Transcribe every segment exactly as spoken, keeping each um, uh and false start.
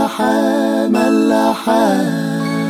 ملاحة ملاحة.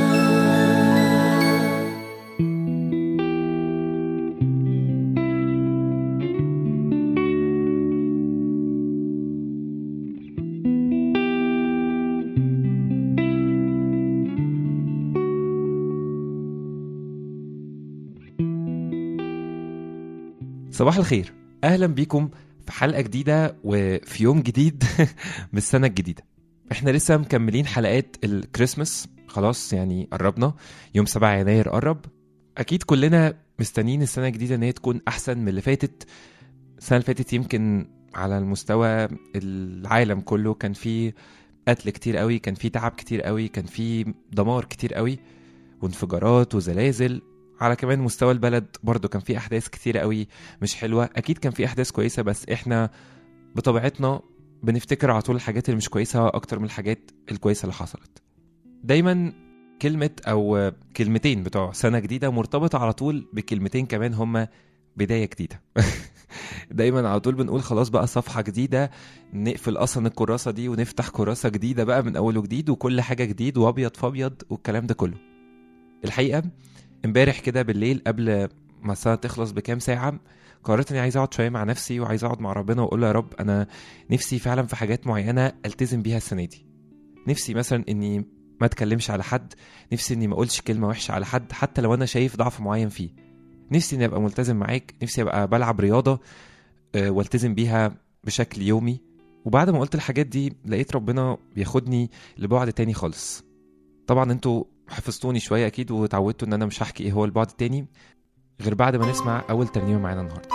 صباح الخير، أهلا بيكم في حلقة جديدة وفي يوم جديد من السنة الجديدة. احنا لسه مكملين حلقات الكريسماس، خلاص يعني قربنا، يوم سبعة يناير قرب. أكيد كلنا مستنين السنة الجديدة ان هي تكون أحسن من اللي فاتت. السنة اللي فاتت يمكن على المستوى العالم كله كان فيه قتل كتير قوي، كان فيه تعب كتير قوي، كان فيه دمار كتير قوي وانفجارات وزلازل. على كمان مستوى البلد برضو كان في أحداث كتيرة قوي مش حلوة. أكيد كان في أحداث كويسة، بس إحنا بطبيعتنا بنفتكر على طول الحاجات اللي مش كويسة أكتر من الحاجات الكويسة اللي حصلت. دايما كلمة أو كلمتين بتوع سنة جديدة مرتبطة على طول بكلمتين كمان هما بداية جديدة. دايما على طول بنقول خلاص بقى صفحة جديدة، نقفل أصلا الكراسة دي ونفتح كراسة جديدة بقى من أول وجديد، وكل حاجة جديد وأبيض فأبيض والكلام ده كله. الحقيقة امبارح كده بالليل قبل ما السنة تخلص بكام ساعة قررت اني عايز اقعد شوية مع نفسي وعايز اقعد مع ربنا واقول له يا رب انا نفسي فعلا في حاجات معينة التزم بيها السنة دي. نفسي مثلا اني ما اتكلمش على حد، نفسي اني ما اقولش كلمة وحشة على حد حتى لو انا شايف ضعف معين فيه، نفسي اني ابقى ملتزم معاك، نفسي ابقى بلعب رياضة أه والتزم بيها بشكل يومي. وبعد ما قلت الحاجات دي لقيت ربنا بياخدني لبعد تاني خالص. طبعا انتوا حفظتوني شوية أكيد وتعودتوا إن أنا مش هحكي إيه هو البعد التاني غير بعد ما نسمع أول ترنيمة معانا النهاردة.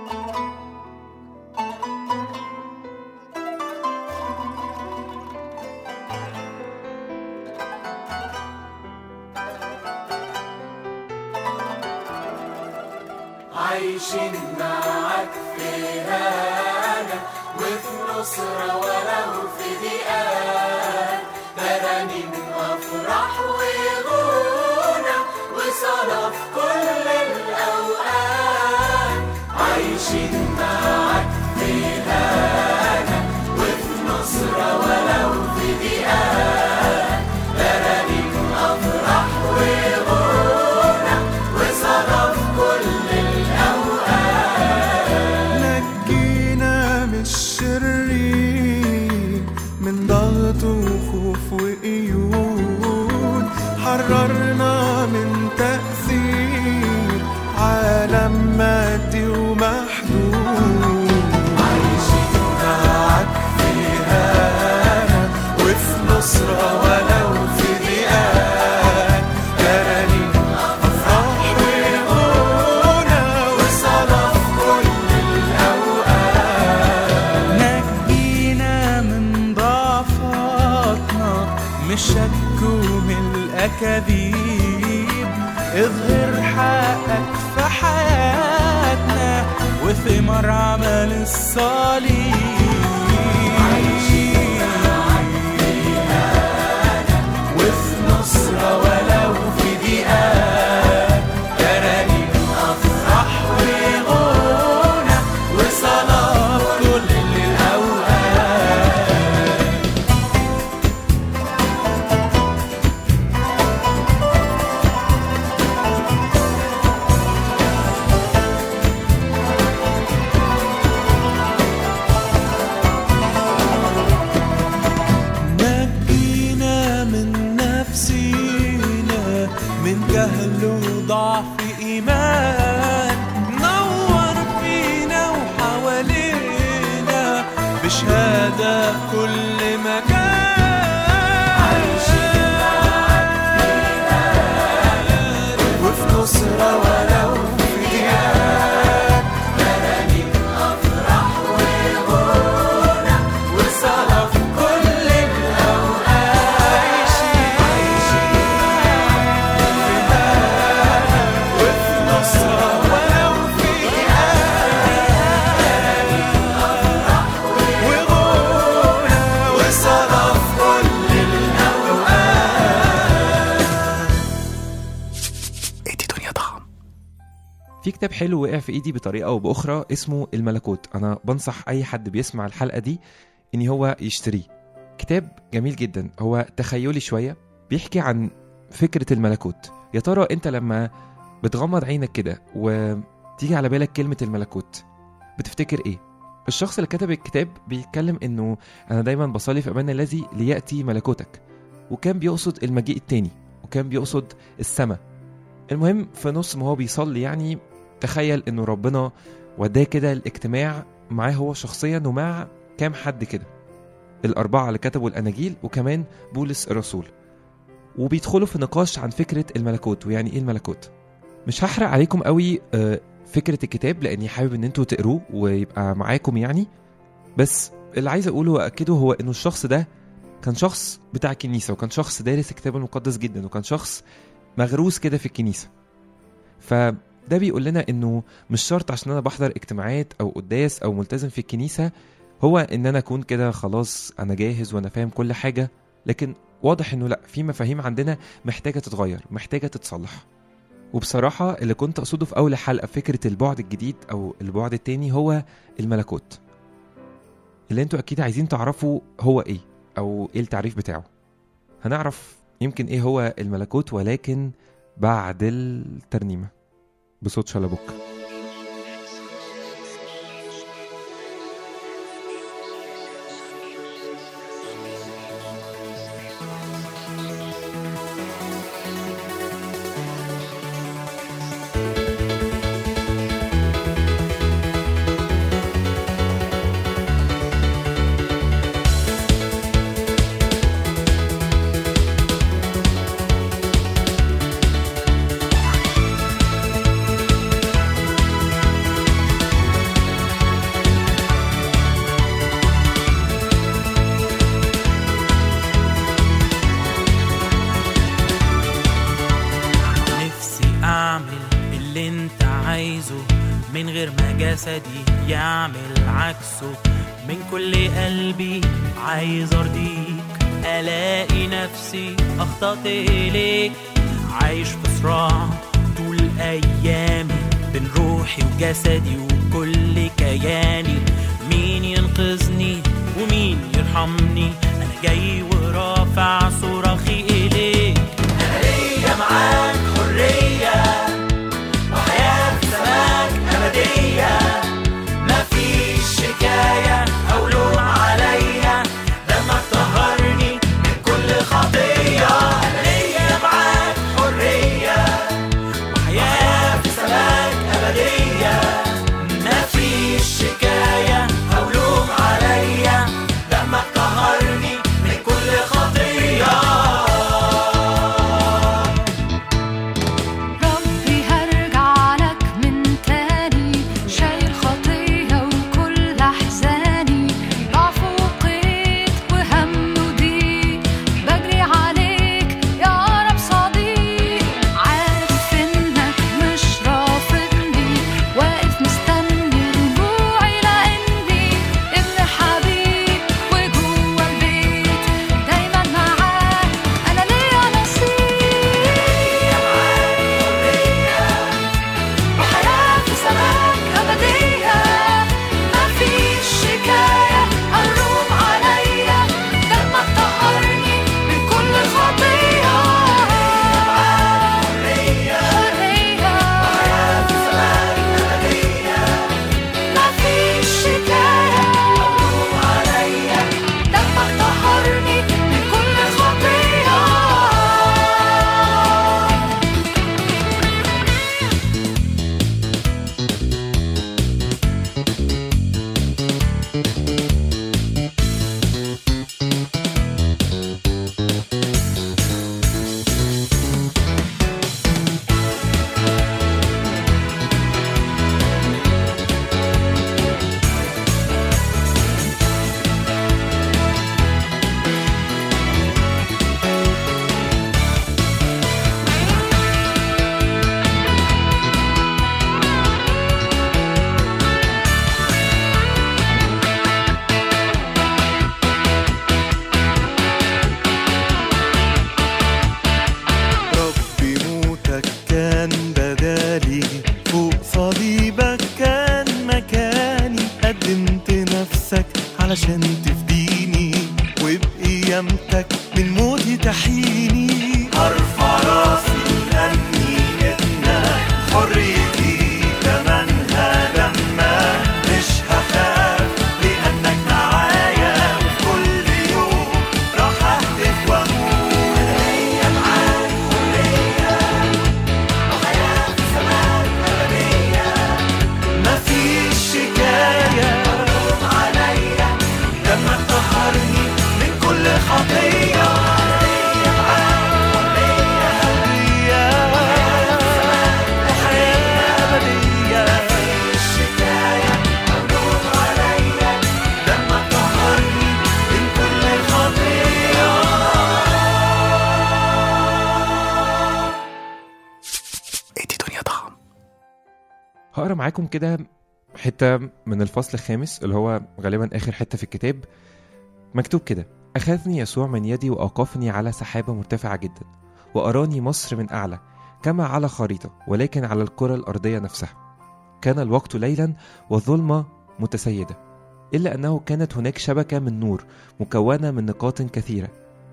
عايشين معاك في هنا وفي نصرة ولو في ضيقات، ترانيم أفراح وغنى وصلاة في كل الأوقات. عايشين معاك في هنا وفي نصرة ولو في ضيقات، ترانيم أفراح وغنى وصلاة في كل الأوقات. نجينا من الشرير، من ضغط وخوف وقيود، حررنا من تأثير عالم مادي ومحدود. عايشين معاك في هنا وفي نصرة ولو في ضيقات، ترانيم أفراح وغنى وصلاة في كل الأوقات. نجينا من ضعفاتنا مش شك ومن الأكاذيب، اظهر حقك في حياتنا وثمر عمل الصليب. عايشين وفي نصرة ولو في ضيقات، ترانيم أفراح وغنى وصلاة في كل الأوقات. نجينا من نفسينا، من جهل وضعف إيمان، نور فينا وحوالينا بشهادة كل مكان. عايشين وفي نصرة ولو في ضيقات، ترانيم أفراح وغنى وصلاة في كل الأوقات. عايشين وفي نصرة ولو في ضيقات، ترانيم أفراح وغنى وصلاة في كل الأوقات. ادي دنيا طعم. في كتاب حلو وقع في ايدي بطريقة او باخرى اسمه الملكوت. انا بنصح اي حد بيسمع الحلقة دي ان هو يشتريه. كتاب جميل جدا، هو تخيلي شوية، بيحكي عن فكرة الملكوت. يا ترى انت لما بتغمض عينك كده وتيجي على بالك كلمة الملكوت بتفتكر ايه؟ الشخص اللي كتب الكتاب بيتكلم انه انا دايما بصلي في امان الذي ليأتي ملكوتك، وكان بيقصد المجيء التاني، وكان بيقصد السماء. المهم في نص ما هو بيصلي يعني تخيل انه ربنا وداه كده الاجتماع معاه هو شخصيا ومع كام حد كده، الأربعة اللي كتبوا الأناجيل وكمان بولس الرسول، وبيدخلوا في نقاش عن فكرة الملكوت ويعني إيه الملكوت. مش هحرق عليكم قوي فكرة الكتاب لأني حابب إن انتوا تقروه ويبقى معاكم يعني، بس اللي عايز أقوله وأكده هو إنه الشخص ده كان شخص بتاع كنيسة، وكان شخص دارس الكتاب المقدس جدا، وكان شخص مغروس كده في الكنيسة. فده بيقول لنا إنه مش شرط عشان أنا بحضر اجتماعات أو قداس أو ملتزم في الكنيسة هو ان انا اكون كده خلاص انا جاهز وانا فاهم كل حاجة، لكن واضح انه لا، في مفاهيم عندنا محتاجة تتغير، محتاجة تتصلح. وبصراحة اللي كنت اقصده في اول حلقة فكرة البعد الجديد او البعد التاني هو الملكوت، اللي انتوا اكيد عايزين تعرفوا هو ايه او ايه التعريف بتاعه. هنعرف يمكن ايه هو الملكوت ولكن بعد الترنيمة بصوت شلبوك. من غير ما جسدي يعمل عكسه، من كل قلبي عايز ارضيك، الاقي نفسي اخطأت اليك، عايش في صراع طول ايامي بين روحي وجسدي وكل كياني، مين ينقذني ومين يرحمني؟ انا جاي ورافع صراخي اليك، انا ليا معاك حرية وحياة في سماك أبدية، مفيش شكاية أو لوم عليا، دمك طهرني من كل خطية، أنا ليا معاك حرية وحياة في سماك أبدية، مفيش شكاية أو لوم عليا، دمك طهرني من كل خطية. سلامتك من موتي تحيني. هرفع راسي لأني ابنك، حريتي تمنها دمك. مش هخاف لأنك معايا، وكل يوم راح أهتف وأقول أنا معاك حرية وحياة في سماء أبدية. مفيش شكاية ملوم عليا، دمك طهرني من كل خطية. هقرا معاكم كده حتة من الفصل الخامس اللي هو غالبا آخر حتة في الكتاب. مكتوب كده: أخذني يسوع من يدي وأوقفني على سحابة مرتفعة جدا، وأراني مصر من أعلى كما على خريطة، ولكن على الكرة الأرضية نفسها. كان الوقت ليلا والظلمة متسيدة، إلا أنه كانت هناك شبكة من نور مكونة من نقاط كثيرة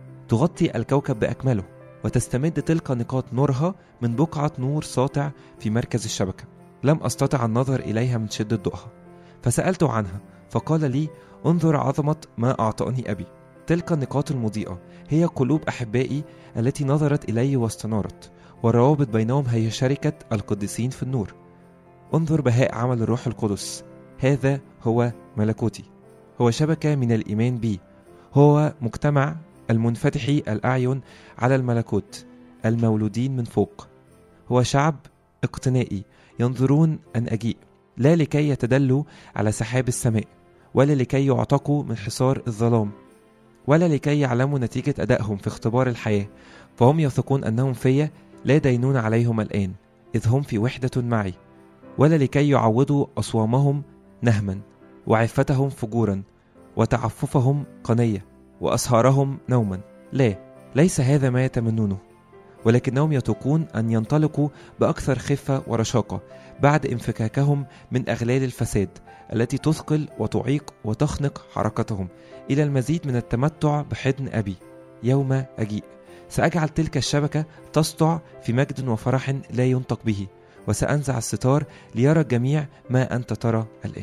تغطي الكوكب بأكمله، وتستمد تلك نقاط نورها من بقعة نور ساطع في مركز الشبكة. لم أستطع النظر إليها من شدة ضوءها، فسألت عنها فقال لي: انظر عظمة ما أعطاني أبي. تلك النقاط المضيئة هي قلوب أحبائي التي نظرت إلي واستنارت، والروابط بينهم هي شركة القديسين في النور. انظر بهاء عمل الروح القدس، هذا هو ملكوتي. هو شبكة من الإيمان بي، هو مجتمع المنفتحي الأعين على الملكوت المولودين من فوق. هو شعب اقتنائي ينظرون أن أجيء، لا لكي يتدلوا على سحاب السماء، ولا لكي يعتقوا من حصار الظلام، ولا لكي يعلموا نتيجة أدائهم في اختبار الحياة، فهم يثقون أنهم فيا لا دينون عليهم الآن، إذ هم في وحدة معي. ولا لكي يعوضوا أصوامهم نهما، وعفتهم فجورا، وتعففهم قنية، وأسهارهم نوما. لا، ليس هذا ما يتمنونه، ولكنهم يتوقون أن ينطلقوا بأكثر خفة ورشاقة بعد انفكاكهم من أغلال الفساد التي تثقل وتعيق وتخنق حركتهم، إلى المزيد من التمتع بحضن أبي يوم أجيء. سأجعل تلك الشبكة تسطع في مجد وفرح لا ينطق به، وسأنزع الستار ليرى الجميع ما أنت ترى الآن.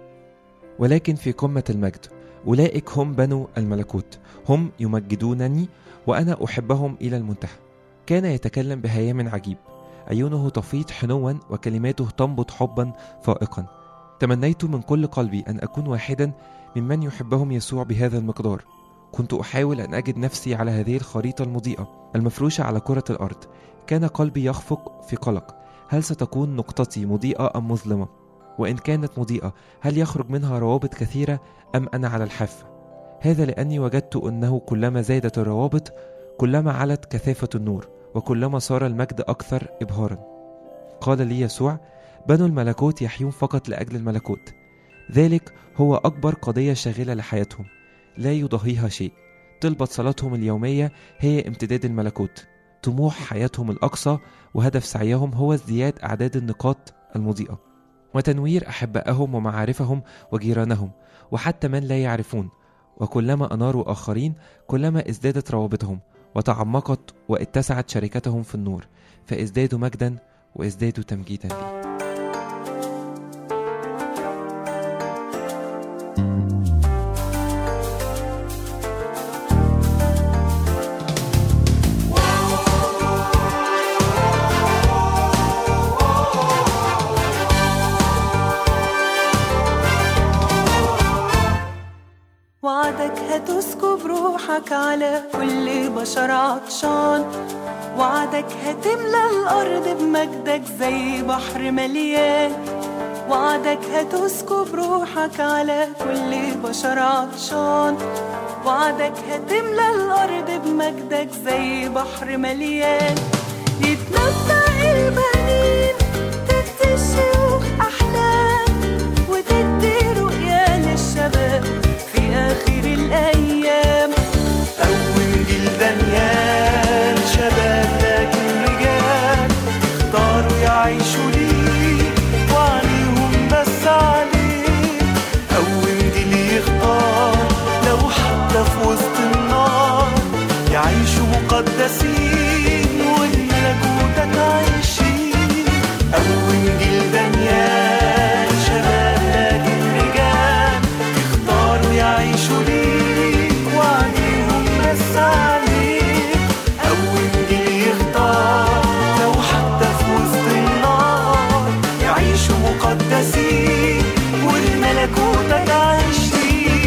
ولكن في قمة المجد أولئك هم بنو الملكوت، هم يمجدونني وأنا أحبهم إلى المنتهى. كان يتكلم بهيام عجيب، عيونه تفيض حنوا وكلماته تنبض حبا فائقا. تمنيت من كل قلبي أن أكون واحدا ممن يحبهم يسوع بهذا المقدار. كنت أحاول أن أجد نفسي على هذه الخريطة المضيئة المفروشة على كرة الأرض. كان قلبي يخفق في قلق، هل ستكون نقطتي مضيئة أم مظلمة؟ وإن كانت مضيئة هل يخرج منها روابط كثيرة أم أنا على الحافة؟ هذا لأني وجدت أنه كلما زادت الروابط كلما علت كثافة النور، وكلما صار المجد أكثر إبهارا. قال لي يسوع: بنو الملكوت يحيون فقط لأجل الملكوت، ذلك هو أكبر قضية شاغلة لحياتهم، لا يضاهيها شيء. طلبة صلاتهم اليومية هي امتداد الملكوت، طموح حياتهم الأقصى وهدف سعيهم هو ازدياد أعداد النقاط المضيئة، وتنوير أحبائهم ومعارفهم وجيرانهم وحتى من لا يعرفون. وكلما أناروا آخرين كلما ازدادت روابطهم وتعمقت واتسعت شركتهم في النور، فازدادوا مجدا وازدادوا تمجيدا لي. وعدك هتسكب روحك على كل بشر عطشان، وعدك هتملى الأرض بمجدك زي بحر مليان. وعدك هتسكب روحك على كل بشر عطشان، وعدك هتملى الأرض بمجدك زي بحر مليان. يتمتع البنين، تدي الشيوخ أحلام، وتدي رؤيا للشباب في آخر الأيام. أول جيل دانيال شباب لكن رجال، اختاروا يعيشوا ليه وعليهم بس عليه. أول جيل يختار لو حتى في وسط النار، مقدسين والملكوتك عايشين. أول جيل دانيال شباب لكن رجال يختاروا يعيشوا ليك وعليهم بس عليك. أول جيل يختار لو حتى في وسط النار يعيشوا مقدسين والملكوتك عايشين.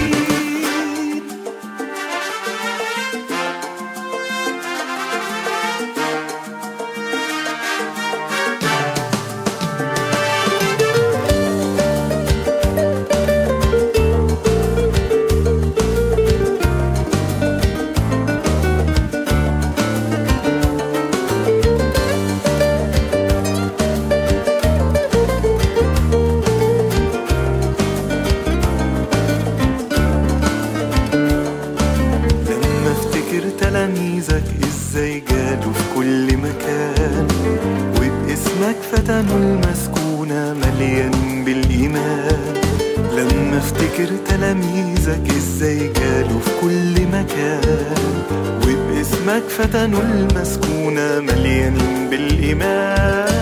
تلاميذك ازاي جالوا في كل مكان وباسمك فتنوا المسكونة مليان بالإيمان. لما افتكر تلاميذك ازاي جالوا في كل مكان وباسمك فتنوا المسكونة مليان بالإيمان.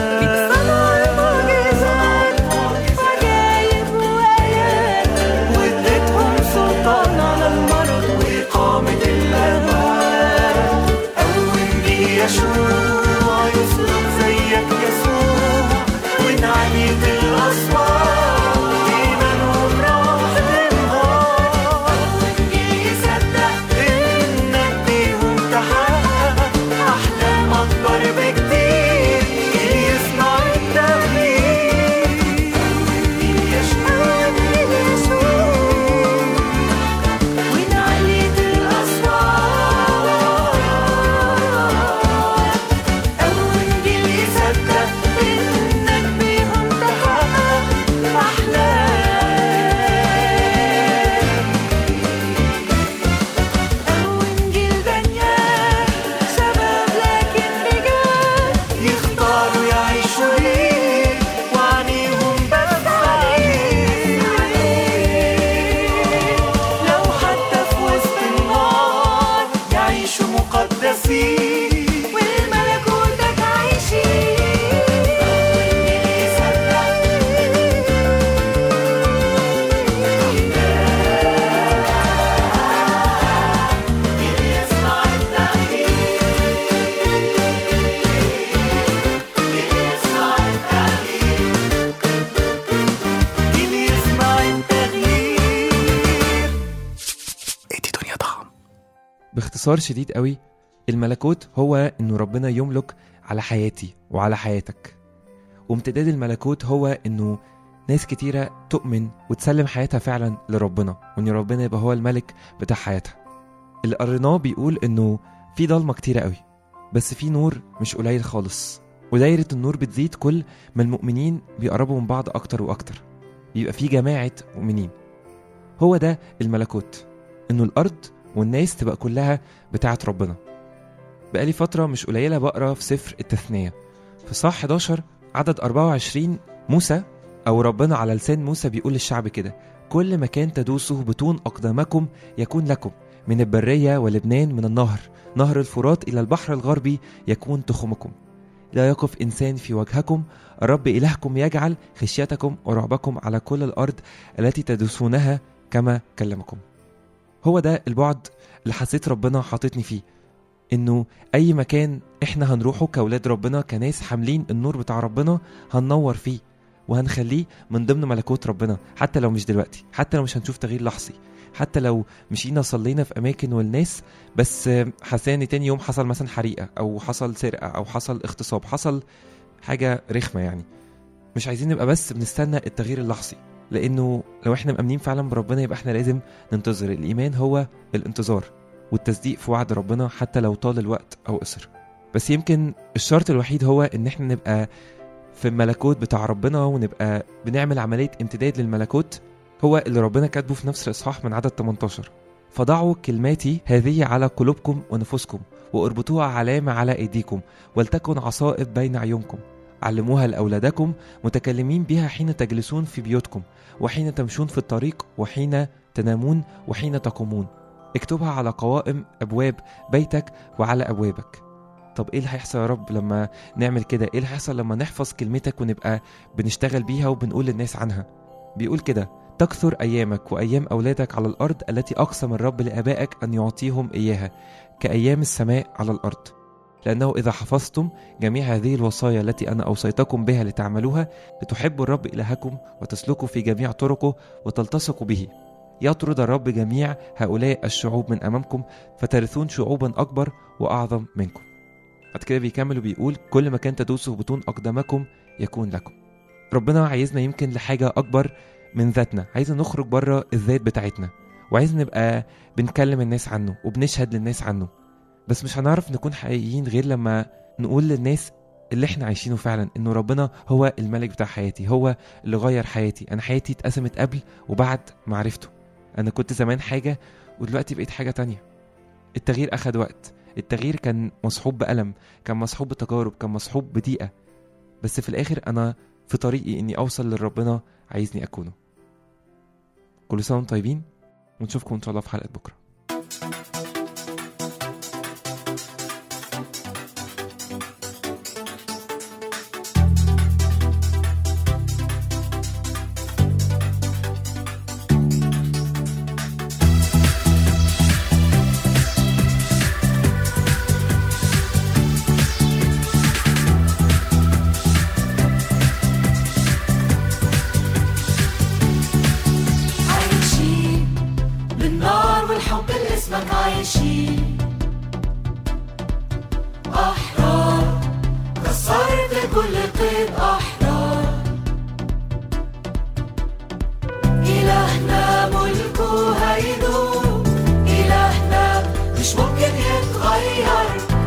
واديتهم سلطان على المرض وإقامة الأموات. يشوع يصرخ زيك يسوع ونعيد الأصوات إيمانهم راح تنهار. والجيل يصدق إنك بيهم تحقق أحلام أكبر بكتير. اللي يسمع التغيير يشوع ونعيد الأصوات. باختصار شديد قوي، الملكوت هو انه ربنا يملك على حياتي وعلى حياتك. وامتداد الملكوت هو انه ناس كتيرة تؤمن وتسلم حياتها فعلا لربنا، وان ربنا يبقى هو الملك بتاع حياتها. اللي قريناه بيقول انه في ضلمة كتيرة قوي بس في نور مش قليل خالص، ودايرة النور بتزيد كل ما المؤمنين بيقربوا من بعض اكتر واكتر، بيبقى في جماعة مؤمنين. هو ده الملكوت، انه الارض والناس تبقى كلها بتاعت ربنا. بقالي فترة مش قليلة بقرأ في سفر التثنية في صح حداشر عدد أربعة وعشرين. موسى أو ربنا على لسان موسى بيقول للشعب كده: كل مكان تدوسه بطون أقدامكم يكون لكم، من البرية ولبنان من النهر، نهر الفرات إلى البحر الغربي يكون تخمكم. لا يقف إنسان في وجهكم، الرب إلهكم يجعل خشيتكم ورعبكم على كل الأرض التي تدوسونها كما كلمكم. هو ده البعد اللي حسيت ربنا حاطتني فيه، انه اي مكان احنا هنروحه كأولاد ربنا كناس حاملين النور بتاع ربنا هننور فيه وهنخليه من ضمن ملكوت ربنا، حتى لو مش دلوقتي، حتى لو مش هنشوف تغيير لحظي، حتى لو مشينا صلينا في اماكن والناس بس حساني تاني يوم حصل مثلا حريقة او حصل سرقة او حصل اغتصاب، حصل حاجة رخمة. يعني مش عايزين نبقى بس بنستنى التغيير اللحظي، لانه لو احنا مأمنين فعلا بربنا يبقى احنا لازم ننتظر. الايمان هو الانتظار والتصديق في وعد ربنا حتى لو طال الوقت او قصر. بس يمكن الشرط الوحيد هو ان احنا نبقى في الملكوت بتاع ربنا ونبقى بنعمل عملية امتداد للملكوت، هو اللي ربنا كاتبه في نفس الإصحاح من عدد تمنتاشر: فضعوا كلماتي هذه على قلوبكم ونفوسكم واربطوها علامة على أيديكم ولتكن عصائب بين عيونكم، علموها لأولادكم متكلمين بها حين تجلسون في بيوتكم وحين تمشون في الطريق وحين تنامون وحين تقومون، اكتبها على قوائم أبواب بيتك وعلى أبوابك. طب ايه اللي هيحصل يا رب لما نعمل كده؟ ايه اللي هيحصل لما نحفظ كلمتك ونبقى بنشتغل بيها وبنقول للناس عنها؟ بيقول كده: تكثر أيامك وأيام أولادك على الأرض التي أقسم الرب لآبائك أن يعطيهم إياها كأيام السماء على الأرض، لأنه إذا حفظتم جميع هذه الوصايا التي أنا أوصيتكم بها لتعملوها، لتحبوا الرب إلهكم وتسلكوا في جميع طرقه وتلتصقوا به، يطرد الرب جميع هؤلاء الشعوب من أمامكم فترثون شعوبا أكبر وأعظم منكم. بعد كده بيكمل وبيقول: كل ما كان تدوسه بطون أقدامكم يكون لكم. ربنا عايزنا يمكن لحاجة أكبر من ذاتنا، عايزنا نخرج بره الذات بتاعتنا، وعايزنا نبقى بنكلم الناس عنه وبنشهد للناس عنه. بس مش هنعرف نكون حقيقيين غير لما نقول للناس اللي احنا عايشينه فعلا، انه ربنا هو الملك بتاع حياتي، هو اللي غير حياتي. انا حياتي اتقسمت قبل وبعد معرفته. انا كنت زمان حاجة ودلوقتي بقيت حاجة تانية. التغيير اخد وقت، التغيير كان مصحوب بألم، كان مصحوب بتجارب، كان مصحوب بضيقة، بس في الاخر انا في طريقي اني اوصل للربنا عايزني اكونه. كل سنة وانتم طيبين، ونشوفكم ان شاء الله في حلقة بكرة. عايشين أحرار، كسرت كل قيد أحرار. إلهنا ملكه هيدوم، إلهنا مش ممكن يتغير.